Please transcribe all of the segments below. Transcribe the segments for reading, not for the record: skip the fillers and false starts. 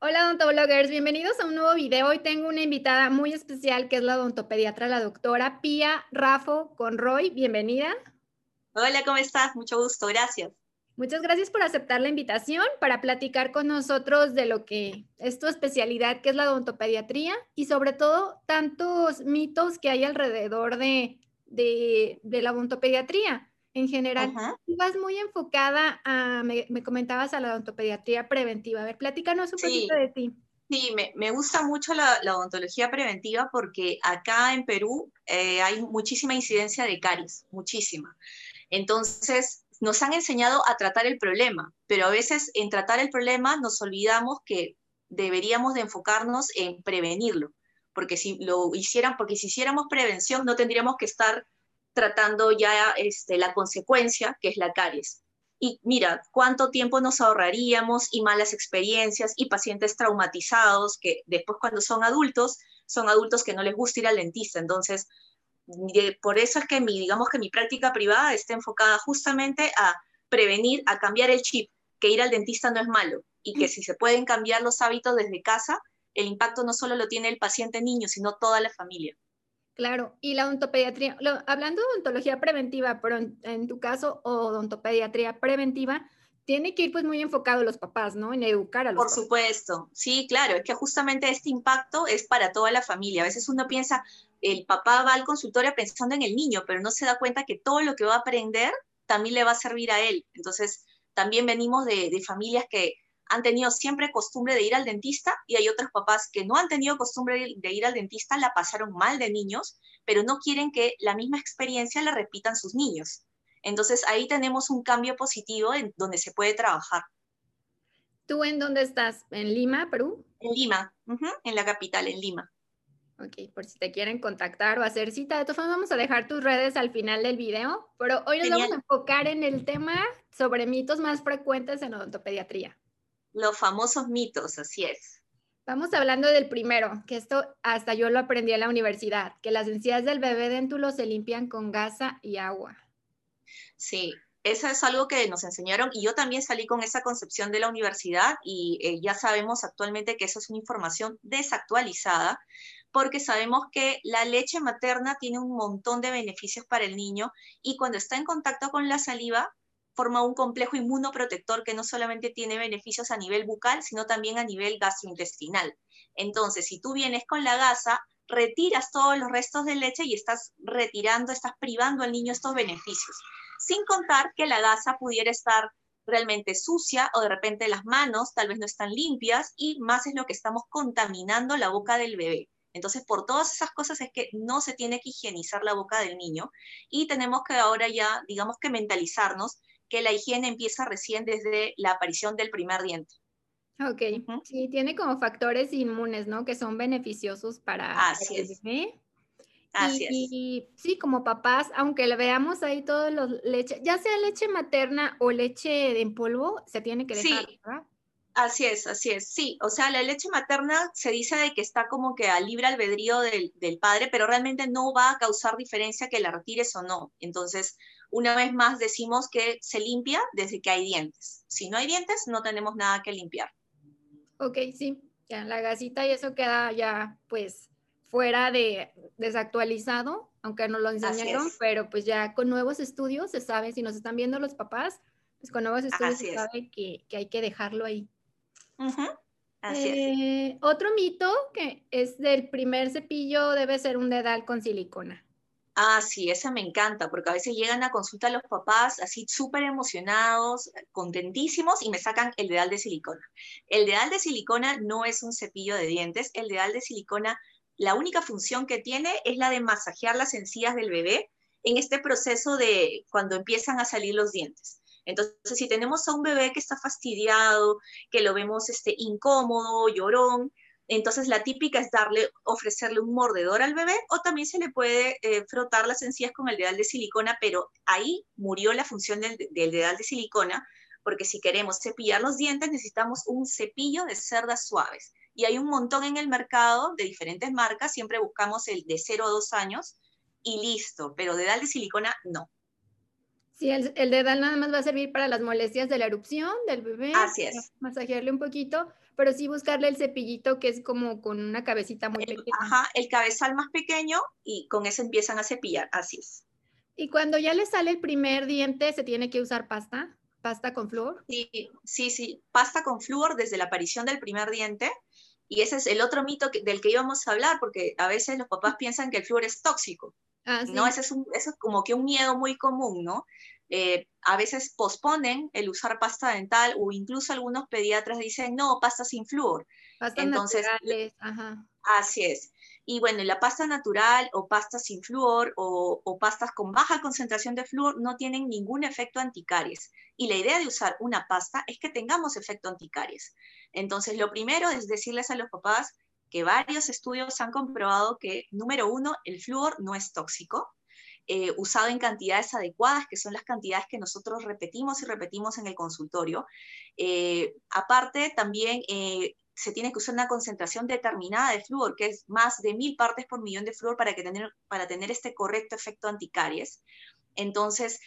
Hola odontobloggers, bienvenidos a un nuevo video. Hoy tengo una invitada muy especial que es la odontopediatra, la doctora Pía Raffo Conroy. Bienvenida. Hola, ¿cómo estás? Mucho gusto, gracias. Muchas gracias por aceptar la invitación para platicar con nosotros de lo que es tu especialidad, que es la odontopediatría, y sobre todo tantos mitos que hay alrededor de la odontopediatría en general. Ujú. Tú vas muy enfocada me comentabas a la odontopediatría preventiva. A ver, platícanos un poquito Sí, de ti. sí, me gusta mucho la odontología preventiva porque acá en Perú hay muchísima incidencia de caries, muchísima. Entonces, nos han enseñado a tratar el problema, pero a veces en tratar el problema nos olvidamos que deberíamos de enfocarnos en prevenirlo, porque si hiciéramos prevención no tendríamos que estar tratando ya la consecuencia, que es la caries. Y mira, cuánto tiempo nos ahorraríamos y malas experiencias y pacientes traumatizados que después cuando son adultos que no les gusta ir al dentista. Entonces, por eso es que digamos que mi práctica privada está enfocada justamente a prevenir, a cambiar el chip, que ir al dentista no es malo y que si se pueden cambiar los hábitos desde casa, el impacto no solo lo tiene el paciente niño, sino toda la familia. Claro, y la odontopediatría, hablando de odontología preventiva, pero en tu caso, odontopediatría preventiva, tiene que ir pues muy enfocado a los papás, ¿no? En educar a los Por papás. supuesto, sí, claro, es que justamente este impacto es para toda la familia. A veces uno piensa, el papá va al consultorio pensando en el niño, pero no se da cuenta que todo lo que va a aprender también le va a servir a él. Entonces, también venimos de familias que han tenido siempre costumbre de ir al dentista y hay otros papás que no han tenido costumbre de ir al dentista, la pasaron mal de niños, pero no quieren que la misma experiencia la repitan sus niños. Entonces, ahí tenemos un cambio positivo en donde se puede trabajar. ¿Tú en dónde estás? ¿En Lima, Perú? En Lima, en la capital, en Lima. Ok, por si te quieren contactar o hacer cita. De todas formas, vamos a dejar tus redes al final del video, pero hoy nos vamos a Genial. enfocar en el tema sobre mitos más frecuentes en odontopediatría. Los famosos mitos, así es. Vamos hablando del primero, que esto hasta yo lo aprendí en la universidad, que las encías del bebé déntulo se limpian con gasa y agua. Sí, eso es algo que nos enseñaron y yo también salí con esa concepción de la universidad y ya sabemos actualmente que eso es una información desactualizada porque sabemos que la leche materna tiene un montón de beneficios para el niño y cuando está en contacto con la saliva forma un complejo inmunoprotector que no solamente tiene beneficios a nivel bucal, sino también a nivel gastrointestinal. Entonces, si tú vienes con la gasa, retiras todos los restos de leche y estás retirando, estás privando al niño estos beneficios. Sin contar que la gasa pudiera estar realmente sucia o de repente las manos tal vez no están limpias y más es lo que estamos contaminando la boca del bebé. Entonces, por todas esas cosas es que no se tiene que higienizar la boca del niño y tenemos que ahora ya, digamos que mentalizarnos que la higiene empieza recién desde la aparición del primer diente. Ok, Ujú. sí, tiene como factores inmunes, ¿no? Que son beneficiosos para Así el es, bebé. así es. Y sí, como papás, aunque le veamos ahí todos los leche, ya sea leche materna o leche en polvo, se tiene que dejar, Sí, ¿verdad? así es, sí. O sea, la leche materna se dice de que está como que a libre albedrío del padre, pero realmente no va a causar diferencia que la retires o no. Entonces, una vez más decimos que se limpia desde que hay dientes. Si no hay dientes, no tenemos nada que limpiar. Ok, sí, ya la gasita y eso queda ya pues fuera de desactualizado, aunque nos lo Así enseñaron, es, pero pues ya con nuevos estudios se sabe, si nos están viendo los papás, pues con nuevos estudios se así es. sabe que hay que dejarlo ahí. Ujú, así es. Otro mito que es del primer cepillo debe ser un dedal con silicona. Ah, sí, esa me encanta, porque a veces llegan a consulta a los papás así súper emocionados, contentísimos y me sacan el dedal de silicona. El dedal de silicona no es un cepillo de dientes, el dedal de silicona, la única función que tiene es la de masajear las encías del bebé en este proceso de cuando empiezan a salir los dientes. Entonces, si tenemos a un bebé que está fastidiado, que lo vemos incómodo, llorón, entonces la típica es ofrecerle un mordedor al bebé o también se le puede frotar las encías con el dedal de silicona, pero ahí murió la función del dedal de silicona, porque si queremos cepillar los dientes necesitamos un cepillo de cerdas suaves. Y hay un montón en el mercado de diferentes marcas, siempre buscamos el de 0 a 2 años y listo, pero dedal de silicona no. Sí, el dedal nada más va a servir para las molestias de la erupción del bebé, Así para es. masajearle un poquito, pero sí buscarle el cepillito que es como con una cabecita muy pequeña. Ajá, el cabezal más pequeño y con eso empiezan a cepillar, así es. Y cuando ya le sale el primer diente, ¿se tiene que usar pasta? ¿Pasta con flúor? Sí, sí, sí, pasta con flúor desde la aparición del primer diente. Y ese es el otro mito del que íbamos a hablar, porque a veces los papás piensan que el flúor es tóxico, Ah, ¿no? sí. Eso es como que un miedo muy común, ¿no? A veces posponen el usar pasta dental o incluso algunos pediatras dicen, no, pasta sin flúor. Pastas Entonces, naturales, ajá. así es. Y bueno, la pasta natural o pasta sin flúor o pastas con baja concentración de flúor no tienen ningún efecto anticaries. Y la idea de usar una pasta es que tengamos efecto anticaries. Entonces, lo primero es decirles a los papás que varios estudios han comprobado que, número uno, el flúor no es tóxico, usado en cantidades adecuadas, que son las cantidades que nosotros repetimos y repetimos en el consultorio. Aparte, también se tiene que usar una concentración determinada de flúor, que es más de 1000 partes por millón de flúor para tener este correcto efecto anticaries. Entonces,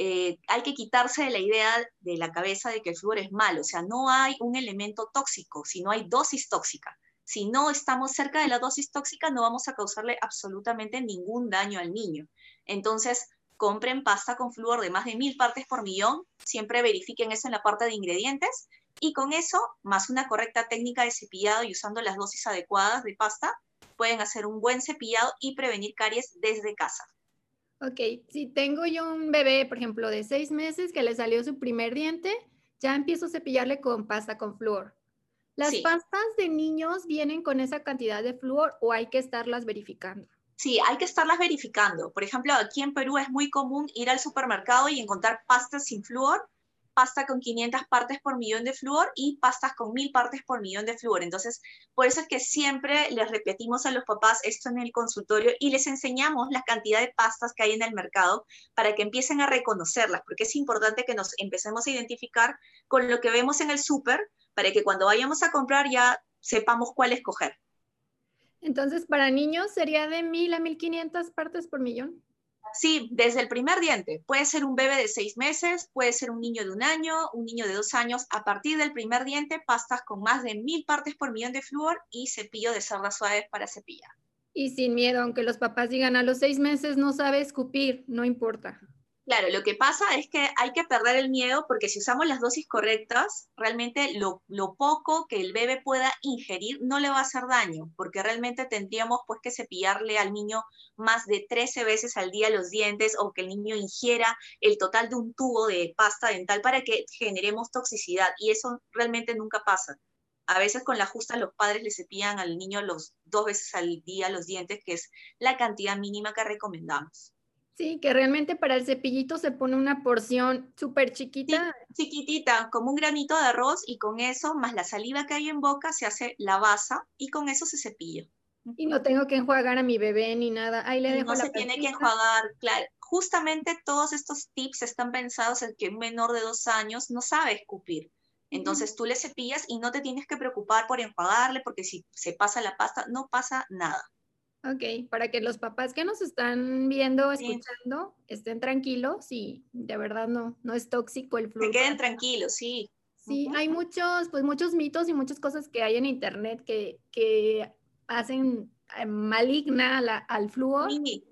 hay que quitarse de la idea de la cabeza de que el flúor es malo. O sea, no hay un elemento tóxico, sino hay dosis tóxica. Si no estamos cerca de la dosis tóxica, no vamos a causarle absolutamente ningún daño al niño. Entonces, compren pasta con flúor de más de 1000 partes por millón. Siempre verifiquen eso en la parte de ingredientes. Y con eso, más una correcta técnica de cepillado y usando las dosis adecuadas de pasta, pueden hacer un buen cepillado y prevenir caries desde casa. Ok, si tengo yo un bebé, por ejemplo, de 6 meses que le salió su primer diente, ya empiezo a cepillarle con pasta con flúor. ¿Las Sí, pastas de niños vienen con esa cantidad de flúor o hay que estarlas verificando? sí, hay que estarlas verificando. Por ejemplo, aquí en Perú es muy común ir al supermercado y encontrar pastas sin flúor, pasta con 500 partes por millón de flúor y pastas con 1000 partes por millón de flúor. Entonces, por eso es que siempre les repetimos a los papás esto en el consultorio y les enseñamos la cantidad de pastas que hay en el mercado para que empiecen a reconocerlas, porque es importante que nos empecemos a identificar con lo que vemos en el súper para que cuando vayamos a comprar ya sepamos cuál escoger. Entonces, para niños sería de 1000 a 1500 partes por millón. Sí, desde el primer diente. Puede ser un bebé de 6 meses, puede ser un niño de 1 año, un niño de 2 años. A partir del primer diente, pastas con más de 1000 partes por millón de flúor y cepillo de cerdas suaves para cepillar. Y sin miedo, aunque los papás digan a los 6 meses no sabe escupir, no importa. Claro, lo que pasa es que hay que perder el miedo porque si usamos las dosis correctas, realmente lo poco que el bebé pueda ingerir no le va a hacer daño, porque realmente tendríamos pues que cepillarle al niño más de 13 veces al día los dientes o que el niño ingiera el total de un tubo de pasta dental para que generemos toxicidad y eso realmente nunca pasa. A veces con la justa los padres le cepillan al niño 2 veces al día los dientes, que es la cantidad mínima que recomendamos. Sí, que realmente para el cepillito se pone una porción súper Sí, chiquita chiquitita, como un granito de arroz y con eso, más la saliva que hay en boca, se hace la basa y con eso se cepilla. y no tengo que enjuagar a mi bebé ni nada. Ahí le Y dejo no la se tiene que pastita. enjuagar, claro. Justamente todos estos tips están pensados en que un menor de 2 años no sabe escupir. Ujú. Entonces tú le cepillas y no te tienes que preocupar por enjuagarle, porque si se pasa la pasta, no pasa nada. Ok, para que los papás que nos están viendo, Sí, escuchando, estén tranquilos y de verdad no es tóxico el que flúor. queden tranquilos, sí. Sí, Ujú. hay muchos mitos y muchas cosas que hay en internet que hacen maligna al flúor. Sí,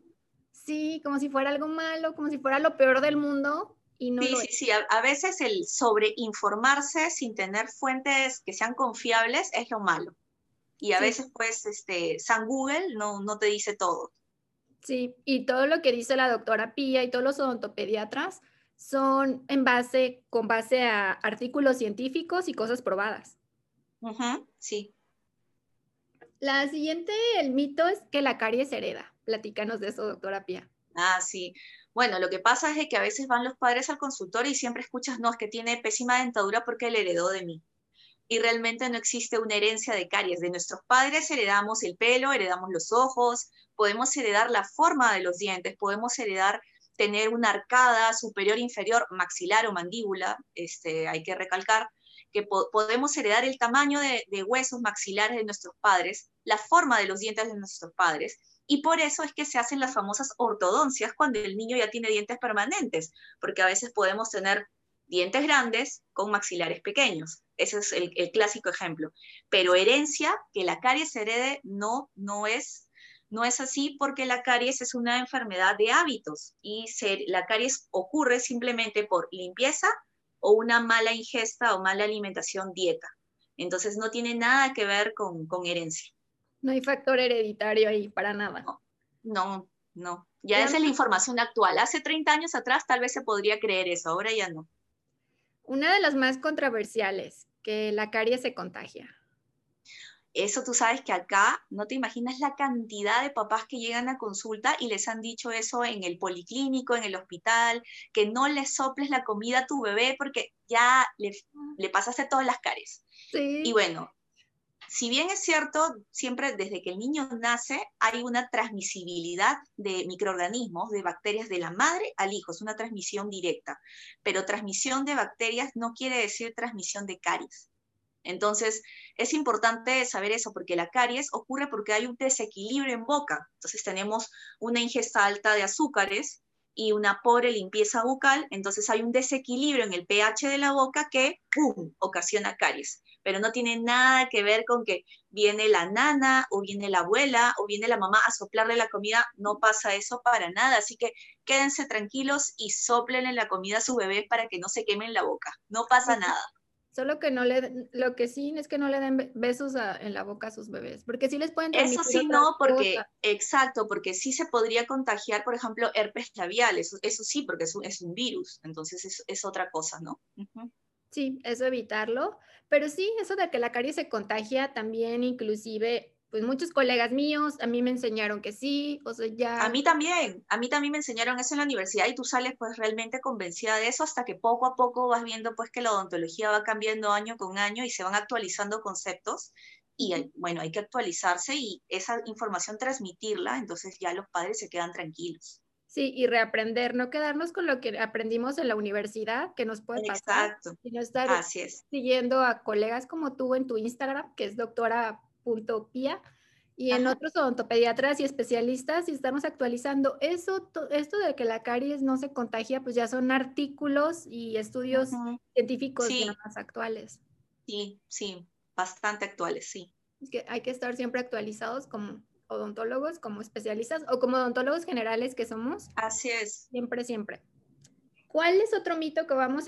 Sí, como si fuera algo malo, como si fuera lo peor del mundo y no sí, lo es. sí, sí. A veces el sobreinformarse sin tener fuentes que sean confiables es lo malo. Y a Sí, veces, pues, San Google no te dice todo. sí, y todo lo que dice la doctora Pía y todos los odontopediatras son con base a artículos científicos y cosas probadas. Ujú, sí. La siguiente, el mito es que la caries se hereda. Platícanos de eso, doctora Pía. Ah, sí. Bueno, lo que pasa es que a veces van los padres al consultorio y siempre escuchas, no, es que tiene pésima dentadura porque le heredó de mí. Y realmente no existe una herencia de caries. De nuestros padres heredamos el pelo, heredamos los ojos, podemos heredar la forma de los dientes, podemos heredar tener una arcada superior, inferior, maxilar o mandíbula, hay que recalcar que podemos heredar el tamaño de huesos maxilares de nuestros padres, la forma de los dientes de nuestros padres, y por eso es que se hacen las famosas ortodoncias cuando el niño ya tiene dientes permanentes, porque a veces podemos tener dientes grandes con maxilares pequeños. Ese es el clásico ejemplo. Pero herencia, que la caries se herede, no es así, porque la caries es una enfermedad de hábitos y la caries ocurre simplemente por limpieza o una mala ingesta o mala alimentación, dieta. Entonces no tiene nada que ver con herencia. No hay factor hereditario ahí para nada. No, no, no. Ya esa es la información actual. Hace 30 años atrás tal vez se podría creer eso, ahora ya no. Una de las más controversiales, que la caries se contagia. Eso tú sabes que acá no te imaginas la cantidad de papás que llegan a consulta y les han dicho eso en el policlínico, en el hospital, que no le soples la comida a tu bebé porque ya le pasaste todas las caries. Sí. Y bueno, si bien es cierto, siempre desde que el niño nace hay una transmisibilidad de microorganismos, de bacterias de la madre al hijo, es una transmisión directa, pero transmisión de bacterias no quiere decir transmisión de caries. Entonces, es importante saber eso, porque la caries ocurre porque hay un desequilibrio en boca. Entonces, tenemos una ingesta alta de azúcares y una pobre limpieza bucal, entonces hay un desequilibrio en el pH de la boca que, ¡pum!, ocasiona caries. Pero no tiene nada que ver con que viene la nana, o viene la abuela, o viene la mamá a soplarle la comida. No pasa eso para nada. Así que quédense tranquilos y soplenle la comida a sus bebés para que no se quemen la boca. No pasa nada. Solo que lo que sí es que no le den besos en la boca a sus bebés, porque sí les pueden Eso transmitir sí otras no, porque, cosas. exacto, porque sí se podría contagiar, por ejemplo, herpes labial, eso sí, porque es un virus, entonces es otra cosa, ¿no? Uh-huh. Sí, eso evitarlo, pero sí, eso de que la caries se contagia también, inclusive, pues muchos colegas míos a mí me enseñaron que sí, o sea, ya. A mí también me enseñaron eso en la universidad y tú sales pues realmente convencida de eso hasta que poco a poco vas viendo pues que la odontología va cambiando año con año y se van actualizando conceptos y bueno, hay que actualizarse y esa información transmitirla, entonces ya los padres se quedan tranquilos. Sí, y reaprender, no quedarnos con lo que aprendimos en la universidad, que nos puede pasar, Exacto, sino estar así es. siguiendo a colegas como tú en tu Instagram, que es doctora.pia, y en Ajá. otros odontopediatras y especialistas, y estamos actualizando. Esto de que la caries no se contagia, pues ya son artículos y estudios Uh-huh. científicos ya Sí, más actuales. sí, bastante actuales, sí. Es que hay que estar siempre actualizados como odontólogos, como especialistas o como odontólogos generales que somos, Así es. siempre, siempre. ¿Cuál es otro mito que vamos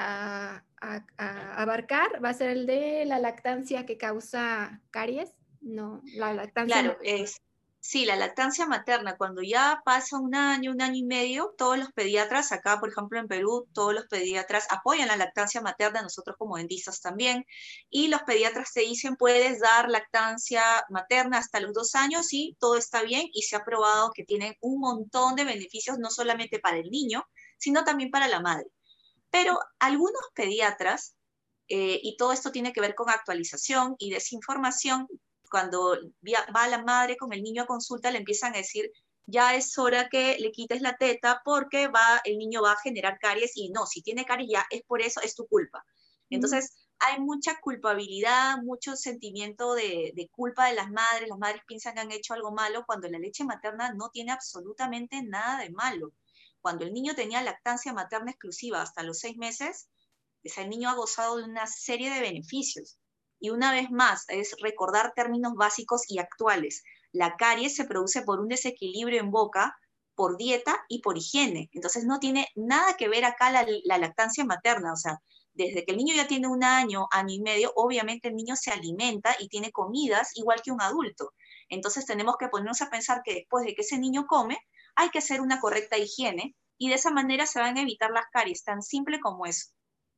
a abarcar? Va a ser el de la lactancia que causa caries. No, la lactancia Claro, materna. sí, la lactancia materna, cuando ya pasa un año y medio, todos los pediatras, acá por ejemplo en Perú, todos los pediatras apoyan la lactancia materna, nosotros como dentistas también, y los pediatras te dicen puedes dar lactancia materna hasta los 2 años y todo está bien y se ha probado que tienen un montón de beneficios, no solamente para el niño, sino también para la madre. Pero algunos pediatras, y todo esto tiene que ver con actualización y desinformación, cuando va la madre con el niño a consulta, le empiezan a decir, ya es hora que le quites la teta porque el niño va a generar caries y no, si tiene caries ya es por eso, es tu culpa. Entonces, hay mucha culpabilidad, mucho sentimiento de culpa de las madres piensan que han hecho algo malo cuando la leche materna no tiene absolutamente nada de malo. Cuando el niño tenía lactancia materna exclusiva hasta los 6 meses, el niño ha gozado de una serie de beneficios. Y una vez más, es recordar términos básicos y actuales. La caries se produce por un desequilibrio en boca, por dieta y por higiene. Entonces no tiene nada que ver acá la lactancia materna. O sea, desde que el niño ya tiene un año, año y medio, obviamente el niño se alimenta y tiene comidas igual que un adulto. Entonces tenemos que ponernos a pensar que después de que ese niño come, hay que hacer una correcta higiene y de esa manera se van a evitar las caries, tan simple como eso.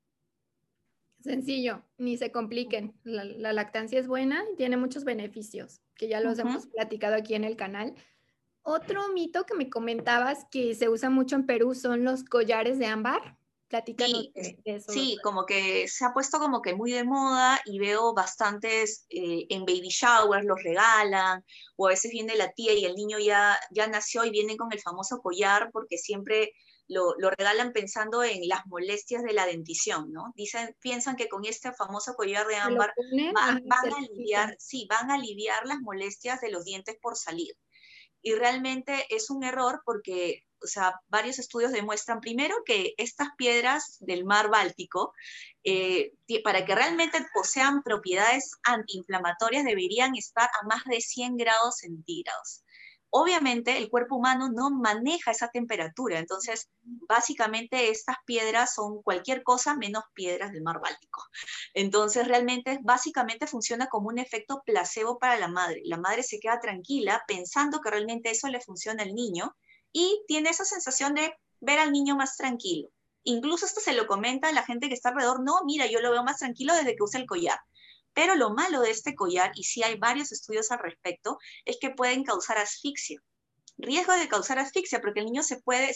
Sencillo, ni se compliquen. La lactancia es buena y tiene muchos beneficios, que ya los hemos platicado aquí en el canal. Otro mito que me comentabas que se usa mucho en Perú son los collares de ámbar. Platícanos Sí, de eso, sí, doctora. como que se ha puesto como que muy de moda y veo bastantes en baby showers, los regalan, o a veces viene la tía y el niño ya nació y vienen con el famoso collar porque siempre lo regalan pensando en las molestias de la dentición, ¿no? Piensan que con este famoso collar de Se lo ámbar ponen, ajá, y van se a lo aliviar, quitan. sí, van a aliviar las molestias de los dientes por salir. y realmente es un error porque, o sea, varios estudios demuestran primero que estas piedras del mar Báltico, para que realmente posean propiedades antiinflamatorias, deberían estar a más de 100 grados centígrados. Obviamente el cuerpo humano no maneja esa temperatura, entonces básicamente estas piedras son cualquier cosa menos piedras del mar Báltico. Entonces realmente básicamente funciona como un efecto placebo para la madre. La madre se queda tranquila pensando que realmente eso le funciona al niño y tiene esa sensación de ver al niño más tranquilo. Incluso esto se lo comenta a la gente que está alrededor, no, mira, yo lo veo más tranquilo desde que usa el collar. Pero lo malo de este collar, y sí hay varios estudios al respecto, es que pueden causar asfixia. Riesgo de causar asfixia, porque el niño se puede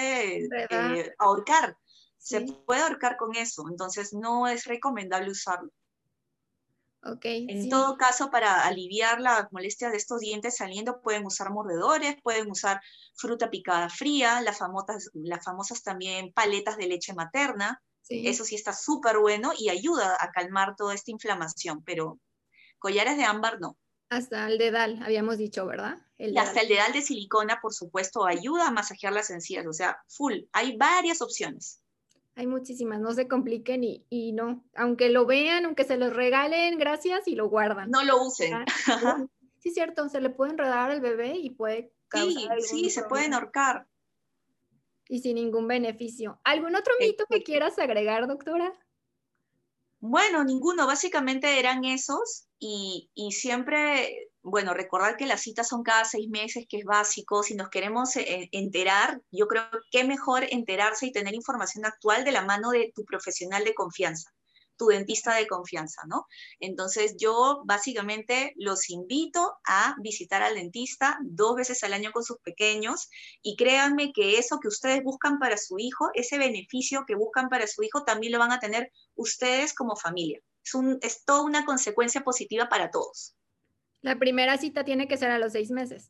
ahorcar, se Sí. puede ahorcar con eso, entonces no es recomendable usarlo. Ok, En sí. todo caso, para aliviar las molestias de estos dientes saliendo, pueden usar mordedores, pueden usar fruta picada fría, las famosas también paletas de leche materna. Sí. Eso sí está súper bueno y ayuda a calmar toda esta inflamación, pero collares de ámbar no. Hasta el dedal, habíamos dicho, ¿verdad? El Y hasta dedal. el dedal de silicona, por supuesto, ayuda a masajear las encías, o sea, full. Hay varias opciones. Hay muchísimas, no se compliquen y no, aunque lo vean, aunque se los regalen, gracias y lo guardan. No lo usen. Ah, sí, es cierto, se le puede enredar al bebé y puede causar Sí, sí, algún se pueden problema ahorcar. y sin ningún beneficio. ¿Algún otro mito que Exacto. quieras agregar, doctora? Bueno, ninguno, básicamente eran esos y siempre, bueno, recordar que las citas son cada 6 meses, que es básico. Si nos queremos enterar, yo creo que mejor enterarse y tener información actual de la mano de tu profesional de confianza, tu dentista de confianza, ¿no? Entonces yo básicamente los invito a visitar al dentista 2 veces al año con sus pequeños y créanme que eso que ustedes buscan para su hijo, ese beneficio que buscan para su hijo, también lo van a tener ustedes como familia. Es toda una consecuencia positiva para todos. La primera cita tiene que ser a los 6 meses.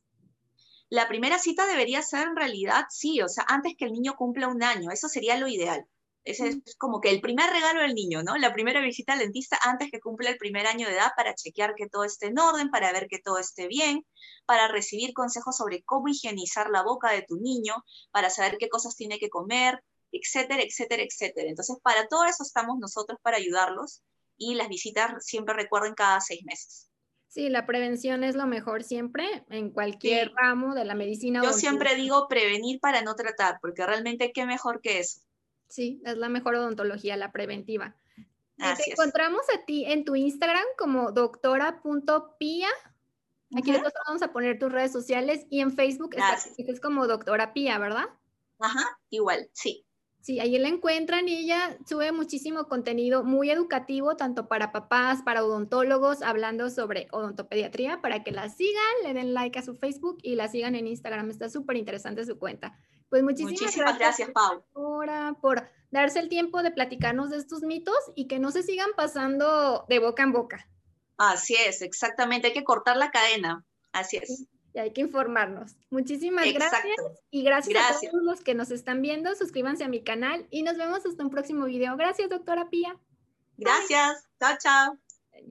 La primera cita debería ser en realidad, sí, o sea, antes que el niño cumpla 1 año, eso sería lo ideal. Ese es como que el primer regalo del niño, ¿no? La primera visita al dentista antes que cumpla el primer año de edad para chequear que todo esté en orden, para ver que todo esté bien, para recibir consejos sobre cómo higienizar la boca de tu niño, para saber qué cosas tiene que comer, etcétera, etcétera, etcétera. Entonces, para todo eso estamos nosotros para ayudarlos y las visitas siempre recuerden cada 6 meses. Sí, la prevención es lo mejor siempre en cualquier Sí, ramo de la medicina yo siempre odontológica. digo prevenir para no tratar, porque realmente qué mejor que eso. Sí, es la mejor odontología, la preventiva. Te Así es. encontramos a ti en tu Instagram como doctora.pia. Aquí Ujú. después vamos a poner tus redes sociales y en Facebook Gracias. es como doctora Pia, ¿verdad? Ajá, igual, sí. Sí, ahí la encuentran y ella sube muchísimo contenido muy educativo, tanto para papás, para odontólogos, hablando sobre odontopediatría, para que la sigan, le den like a su Facebook y la sigan en Instagram. Está súper interesante su cuenta. Pues muchísimas Muchísimas gracias, gracias, Pau. doctora, por darse el tiempo de platicarnos de estos mitos y que no se sigan pasando de boca en boca. Así es, exactamente. Hay que cortar la cadena. Así es. Y hay que informarnos. Muchísimas gracias Exacto. y gracias a todos Gracias. los que nos están viendo. Suscríbanse a mi canal y nos vemos hasta un próximo video. Gracias, doctora Pía. Bye. Gracias. Chao, chao.